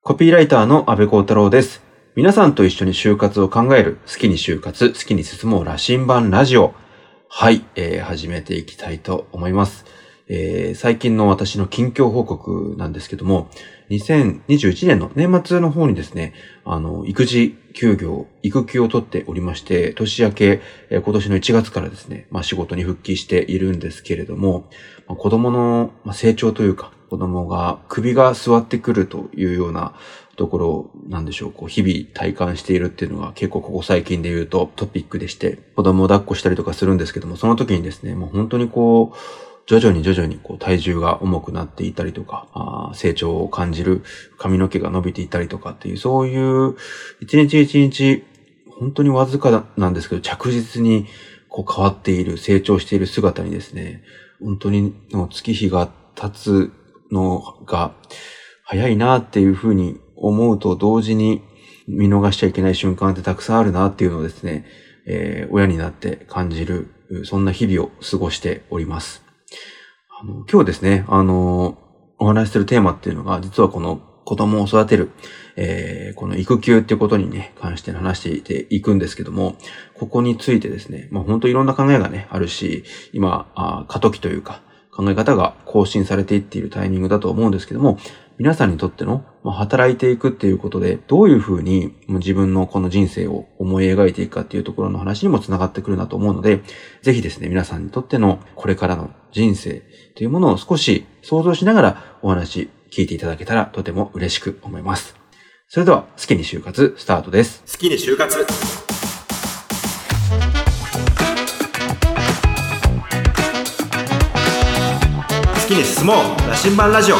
コピーライターの安部光太郎です。皆さんと一緒に就活を考える好きに就活、好きに進もう羅針盤ラジオ。はい、始めていきたいと思います。最近の私の近況報告なんですけども、2021年の年末の方にですね、育児休業、育休を取っておりまして、年明け、今年の1月からですね、仕事に復帰しているんですけれども、子供の成長というか、子供が首が座ってくるというようなところなんでしょう。日々体感しているっていうのが結構ここ最近で言うとトピックでして、子供を抱っこしたりとかするんですけども、その時にですね、もう本当に徐々に体重が重くなっていたりとか、成長を感じる、髪の毛が伸びていたりとかっていう、そういう一日一日本当にわずかなんですけど着実に変わっている、成長している姿にですね、本当に月日が経つのが早いなっていうふうに思うと同時に見逃しちゃいけない瞬間ってたくさんあるなっていうのをですね、親になって感じる、そんな日々を過ごしております。今日ですね、お話しするテーマっていうのが、実はこの子供を育てる、この育休っていうことにね、関して話していくんですけども、ここについてですね、本当いろんな考えがね、あるし、今、過渡期というか、考え方が更新されていっているタイミングだと思うんですけども、皆さんにとっての働いていくっていうことで、どういうふうに自分のこの人生を思い描いていくかっていうところの話にもつながってくるなと思うので、ぜひですね、皆さんにとってのこれからの人生というものを少し想像しながらお話聞いていただけたらとても嬉しく思います。それでは、好きに就活スタートです。 好きに就活。好きに進もう羅針盤ラジオ。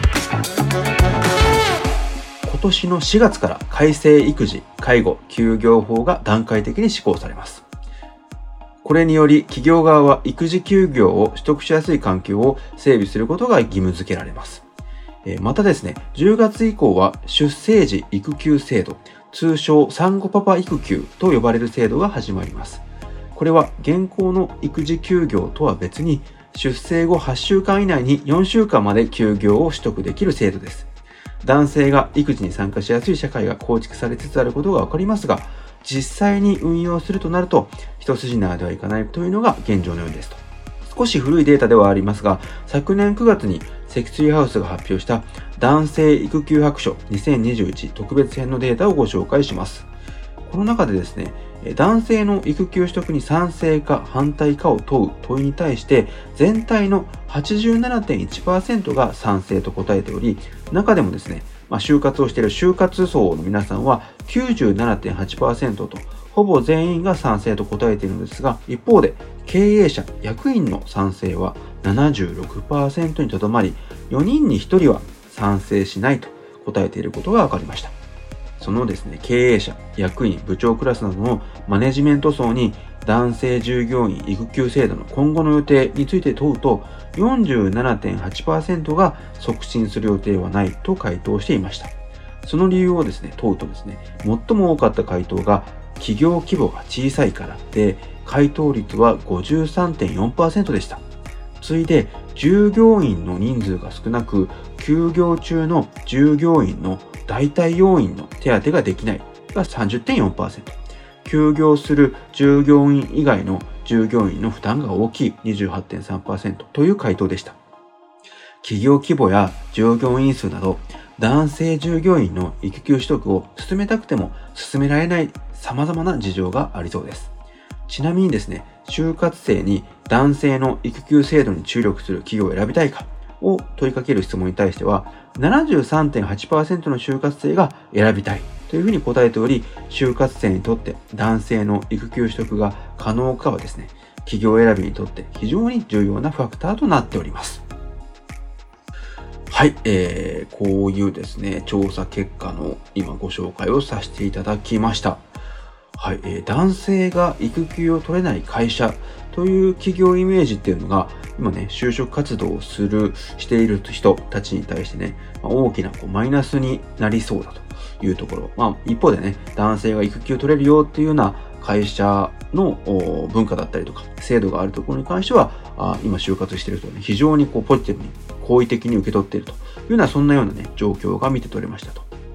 今年の4月から改正育児・介護休業法が段階的に施行されます。これにより企業側は育児休業を取得しやすい環境を整備することが義務付けられます。またですね、10月以降は出生時育休制度、通称産後パパ育休と呼ばれる制度が始まります。これは現行の育児休業とは別に、出生後8週間以内に4週間まで休業を取得できる制度です。男性が育児に参加しやすい社会が構築されつつあることがわかりますが、実際に運用するとなると一筋縄ではいかないというのが現状のようですと。少し古いデータではありますが、昨年9月に積水ハウスが発表した男性育休白書2021特別編のデータをご紹介します。この中でですね、男性の育休取得に賛成か反対かを問う問いに対して全体の 87.1% が賛成と答えており、中でもですね、就活をしている就活層の皆さんは 97.8% とほぼ全員が賛成と答えているのですが、一方で経営者・役員の賛成は 76% にとどまり、4人に1人は賛成しないと答えていることが分かりました。そのですね、経営者、役員、部長クラスなどのマネジメント層に男性従業員育休制度の今後の予定について問うと 47.8% が促進する予定はないと回答していました。その理由をですね、問うとですね、最も多かった回答が企業規模が小さいからで、回答率は 53.4% でした。次いで従業員の人数が少なく、休業中の従業員の代替要員の手当ができないが 30.4%、 休業する従業員以外の従業員の負担が大きい 28.3% という回答でした。企業規模や従業員数など男性従業員の育休取得を進めたくても進められない様々な事情がありそうです。ちなみにですね、就活生に男性の育休制度に注力する企業を選びたいかを問いかける質問に対しては 73.8% の就活生が選びたいというふうに答えており、就活生にとって男性の育休取得が可能かはですね、企業選びにとって非常に重要なファクターとなっております。はい、こういうですね、調査結果の今ご紹介をさせていただきました。はい、男性が育休を取れない会社という企業イメージっていうのが今ね、就職活動をしている人たちに対してね、大きなマイナスになりそうだというところ。一方でね、男性が育休取れるよっていうような会社の文化だったりとか制度があるところに関しては、今就活している人はね、非常にポジティブに好意的に受け取っているというような、そんなようなね、状況が見て取れましたと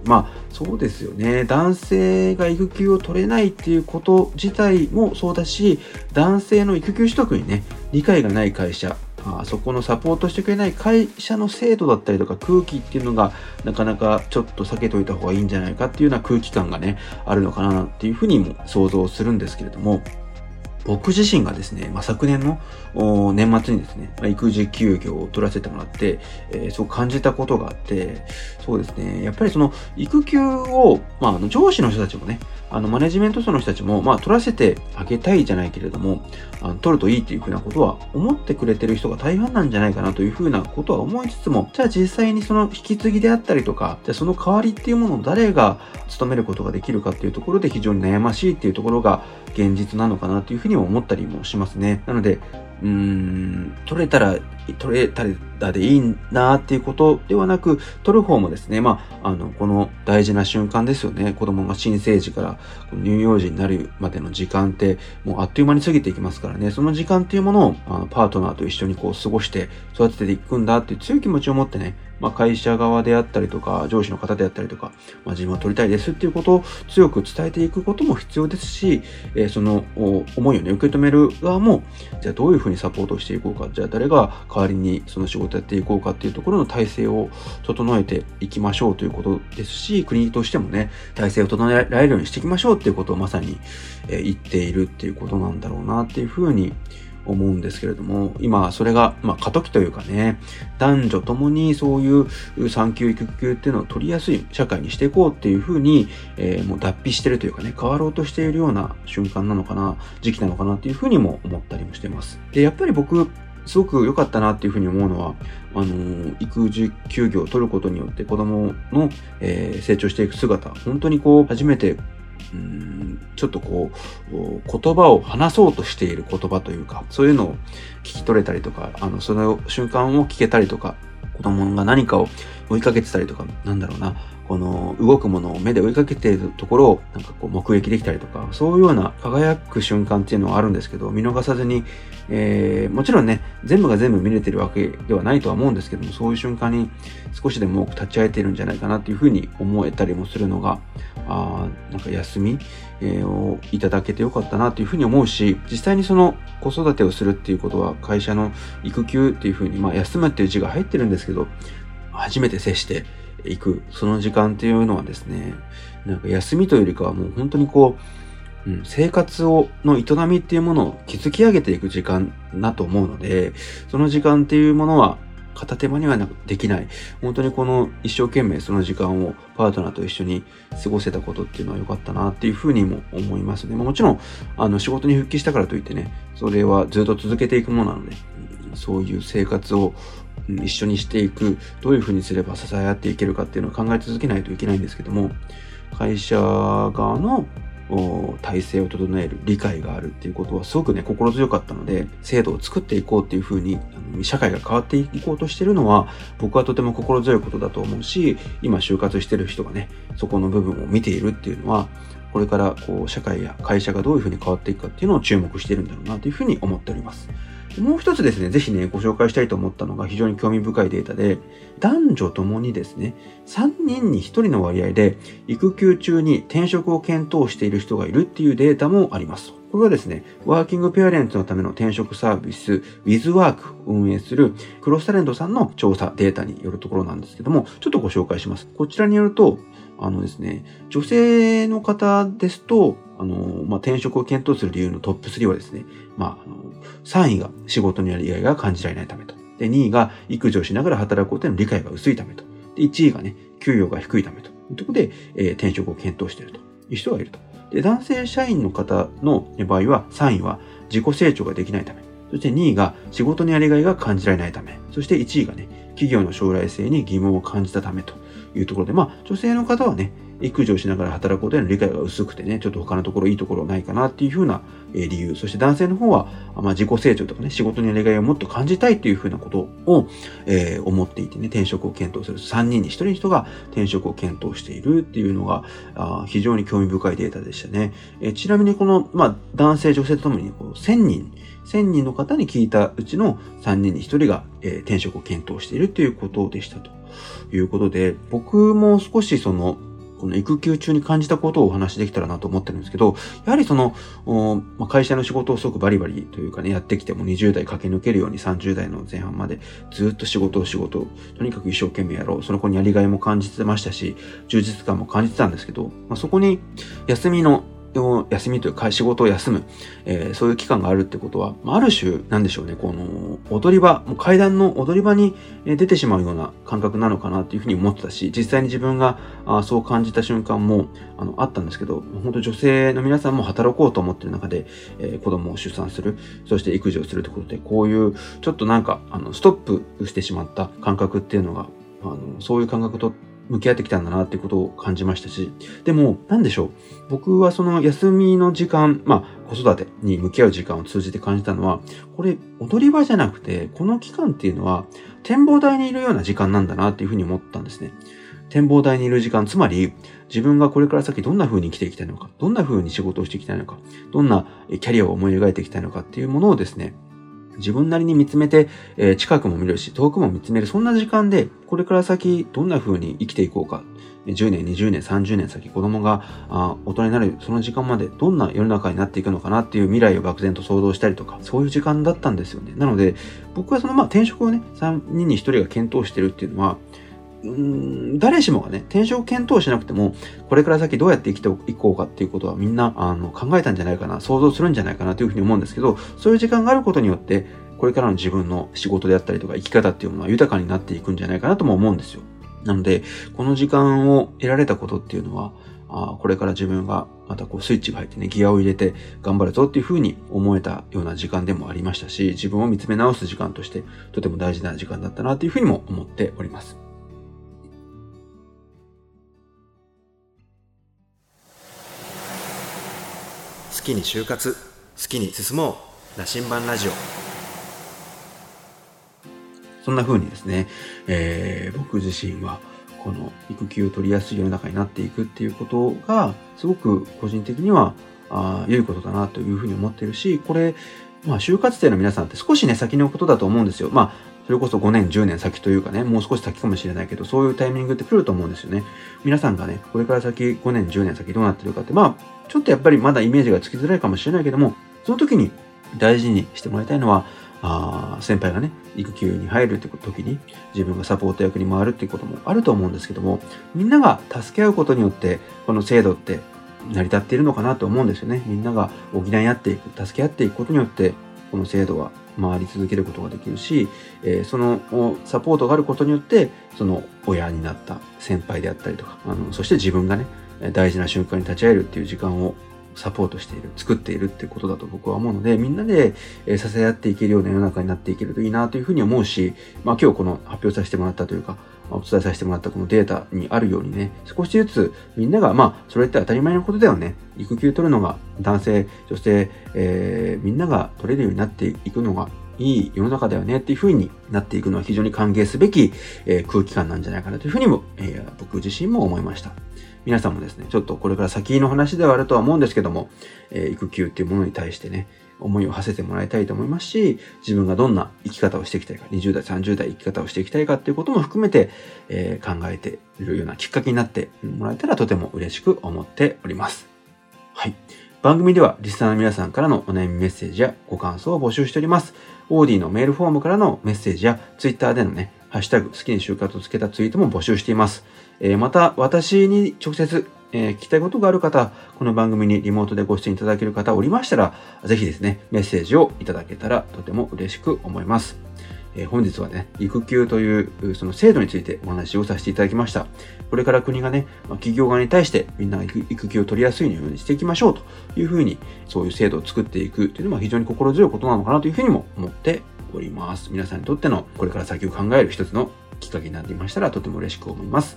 そうですよね。男性が育休を取れないっていうこと自体もそうだし、男性の育休取得にね、理解がない会社、そこのサポートしてくれない会社の制度だったりとか空気っていうのがなかなかちょっと避けといた方がいいんじゃないかっていうような空気感がね、あるのかなっていうふうにも想像するんですけれども、僕自身がですね、昨年の年末にですね、育児休業を取らせてもらって、そう感じたことがあって、そうですね、やっぱりその育休を、上司の人たちもね、マネジメント層の人たちも、取らせてあげたいじゃないけれども、取るといいっていうふうなことは思ってくれてる人が大半なんじゃないかなというふうなことは思いつつも、じゃあ実際にその引き継ぎであったりとか、じゃあその代わりっていうものを誰が務めることができるかっていうところで非常に悩ましいっていうところが現実なのかなというふうにも思ったりもしますね。なので、取れたらでいいなっていうことではなく、取る方もですね、この大事な瞬間ですよね。子供が新生児から乳幼児になるまでの時間ってもうあっという間に過ぎていきますからね。その時間っていうものをパートナーと一緒に過ごして育てていくんだっていう強い気持ちを持ってね、会社側であったりとか上司の方であったりとか、自分は取りたいですっていうことを強く伝えていくことも必要ですし、その思いをね受け止める側も、じゃあどういうふうにサポートしていこうか、じゃあ誰が代わりにその仕事やっていこうかっていうところの体制を整えていきましょうということですし、国としてもね体制を整えられるようにしていきましょうっていうことをまさに言っているっていうことなんだろうなっていうふうに思うんですけれども、今それが過渡期というかね、男女ともにそういう産休育休っていうのを取りやすい社会にしていこうっていうふうに、もう脱皮してるというかね、変わろうとしているような瞬間なのかな、時期なのかなっていうふうにも思ったりもしてます。で、やっぱり僕すごく良かったなっていうふうに思うのは、育児休業を取ることによって子供の、成長していく姿、本当に初めてちょっと言葉を話そうとしている言葉というか、そういうのを聞き取れたりとか、その瞬間を聞けたりとか、子供が何かを追いかけてたりとか、この動くものを目で追いかけているところを目撃できたりとか、そういうような輝く瞬間っていうのはあるんですけど、見逃さずに、もちろんね、全部が全部見れてるわけではないとは思うんですけども、そういう瞬間に少しでも多く立ち会えているんじゃないかなっていうふうに思えたりもするのが、休みをいただけてよかったなというふうに思うし、実際にその子育てをするっていうことは会社の育休っていうふうに、休むっていう字が入ってるんですけど、初めて接していくその時間っていうのはですね、休みというよりかはもう本当に生活の営みっていうものを築き上げていく時間だと思うので、その時間っていうものは片手間にはできない。本当にこの一生懸命その時間をパートナーと一緒に過ごせたことっていうのは良かったなっていうふうにも思いますね。もちろん仕事に復帰したからといってね、それはずっと続けていくものなので、そういう生活を一緒にしていく、どういうふうにすれば支え合っていけるかっていうのを考え続けないといけないんですけども、会社側の体制を整える理解があるっていうことはすごくね心強かったので、制度を作っていこうっていうふうに社会が変わっていこうとしているのは僕はとても心強いことだと思うし、今就活してる人がねそこの部分を見ているっていうのは、これから社会や会社がどういうふうに変わっていくかっていうのを注目しているんだろうなというふうに思っております。もう一つですね、ぜひねご紹介したいと思ったのが非常に興味深いデータで、男女ともにですね3人に1人の割合で育休中に転職を検討している人がいるっていうデータもあります。これはですね、ワーキングペアレンツのための転職サービス WithWork を運営するクロスタレントさんの調査データによるところなんですけども、ちょっとご紹介します。こちらによるとですね、女性の方ですと転職を検討する理由のトップ3はですね、3位が仕事にやりがいが感じられないためと。で、2位が育児をしながら働くことへの理解が薄いためと。で、1位がね、給与が低いためというところで、転職を検討しているという人がいると。で、男性社員の方の場合は3位は自己成長ができないため。そして2位が仕事にやりがいが感じられないため。そして1位がね、企業の将来性に疑問を感じたためというところで、女性の方はね、育児をしながら働くことへの理解が薄くてね、ちょっと他のところいいところないかなっていう風な理由。そして男性の方は、自己成長とかね、仕事にやりがいをもっと感じたいっていう風なことを、思っていてね、転職を検討する。3人に1人の人が転職を検討しているっていうのが、非常に興味深いデータでしたね。ちなみにこの、男性、女性とともに1000人の方に聞いたうちの3人に1人が、転職を検討しているということでしたということで、僕も少しこの育休中に感じたことをお話しできたらなと思ってるんですけど、やはり会社の仕事をすごくバリバリというかね、やってきても20代駆け抜けるように30代の前半までずっと仕事をとにかく一生懸命やろう。その子にやりがいも感じてましたし、充実感も感じてたんですけど、そこに休みというか仕事を休む、そういう期間があるってことは、ある種、なんでしょうね、この踊り場、階段の踊り場に出てしまうような感覚なのかなっていうふうに思ってたし、実際に自分がそう感じた瞬間もあったんですけど、本当女性の皆さんも働こうと思ってる中で、子供を出産する、そして育児をするということで、こういうちょっとストップしてしまった感覚っていうのが、そういう感覚と向き合ってきたんだなっていうことを感じましたし、でも、なんでしょう。僕はその休みの時間、子育てに向き合う時間を通じて感じたのは、これ、踊り場じゃなくて、この期間っていうのは、展望台にいるような時間なんだなっていうふうに思ったんですね。展望台にいる時間、つまり、自分がこれから先どんな風に生きていきたいのか、どんな風に仕事をしていきたいのか、どんなキャリアを思い描いていきたいのかっていうものをですね、自分なりに見つめて、近くも見れるし、遠くも見つめる、そんな時間で、これから先、どんな風に生きていこうか。10年、20年、30年先、子供が大人になる、その時間までどんな世の中になっていくのかなっていう未来を漠然と想像したりとか、そういう時間だったんですよね。なので、僕は転職をね、3人に1人が検討してるっていうのは、誰しもがね、転職検討しなくても、これから先どうやって生きていこうかっていうことはみんな考えたんじゃないかな、想像するんじゃないかなというふうに思うんですけど、そういう時間があることによって、これからの自分の仕事であったりとか生き方っていうものは豊かになっていくんじゃないかなとも思うんですよ。なので、この時間を得られたことっていうのは、これから自分がまたスイッチが入ってね、ギアを入れて頑張るぞっていうふうに思えたような時間でもありましたし、自分を見つめ直す時間としてとても大事な時間だったなというふうにも思っております。 好きに就活、好きに進もう、羅針盤ラジオ。 そんな風にですね、僕自身はこの育休を取りやすい世の中になっていくっていうことがすごく個人的には良いことだなというふうに思っているし、これ就活生の皆さんって少しね先のことだと思うんですよ。それこそ5年10年先というかね、もう少し先かもしれないけど、そういうタイミングって来ると思うんですよね。皆さんがね、これから先5年10年先どうなってるかって、ちょっとやっぱりまだイメージがつきづらいかもしれないけども、その時に大事にしてもらいたいのは、先輩がね、育休に入るって時に自分がサポート役に回るっていうこともあると思うんですけども、みんなが助け合うことによってこの制度って成り立っているのかなと思うんですよね。みんなが補い合っていく、助け合っていくことによってこの制度は回り続けることができるし、そのサポートがあることによってその親になった先輩であったりとか、そして自分がね、大事な瞬間に立ち会えるっていう時間をサポートしている、作っているっていうことだと僕は思うので、みんなで支え合っていけるような世の中になっていけるといいなというふうに思うし、今日この発表させてもらったというか、お伝えさせてもらったこのデータにあるようにね、少しずつみんながそれって当たり前のことだよね。育休取るのが男性、女性、みんなが取れるようになっていくのがいい世の中だよねっていう風になっていくのは非常に歓迎すべき、空気感なんじゃないかなというふうにも、僕自身も思いました。皆さんもですね、ちょっとこれから先の話ではあるとは思うんですけども、育休っていうものに対してね、思いを馳せてもらいたいと思いますし、自分がどんな生き方をしていきたいか、20代、30代生き方をしていきたいかっていうことも含めて、考えているようなきっかけになってもらえたらとても嬉しく思っております。はい。番組ではリスナーの皆さんからのお悩みメッセージやご感想を募集しております。オーディのメールフォームからのメッセージやツイッターでのね、ハッシュタグ好きに就活をつけたツイートも募集しています。また私に直接聞きたいことがある方、この番組にリモートでご出演いただける方おりましたら、ぜひですね、メッセージをいただけたらとても嬉しく思います。本日はね、育休というその制度についてお話をさせていただきました。これから国がね、企業側に対してみんなが育休を取りやすいようにしていきましょうというふうに、そういう制度を作っていくというのは非常に心強いことなのかなというふうにも思っております。皆さんにとってのこれから先を考える一つのきっかけになっていましたらとても嬉しく思います。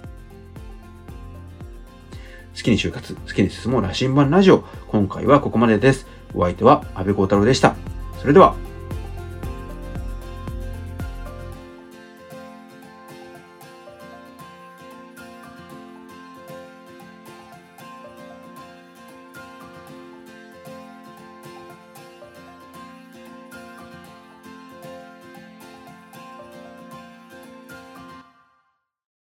好きに就活、好きに進もう羅針盤ラジオ。今回はここまでです。お相手は安部幸太郎でした。それでは。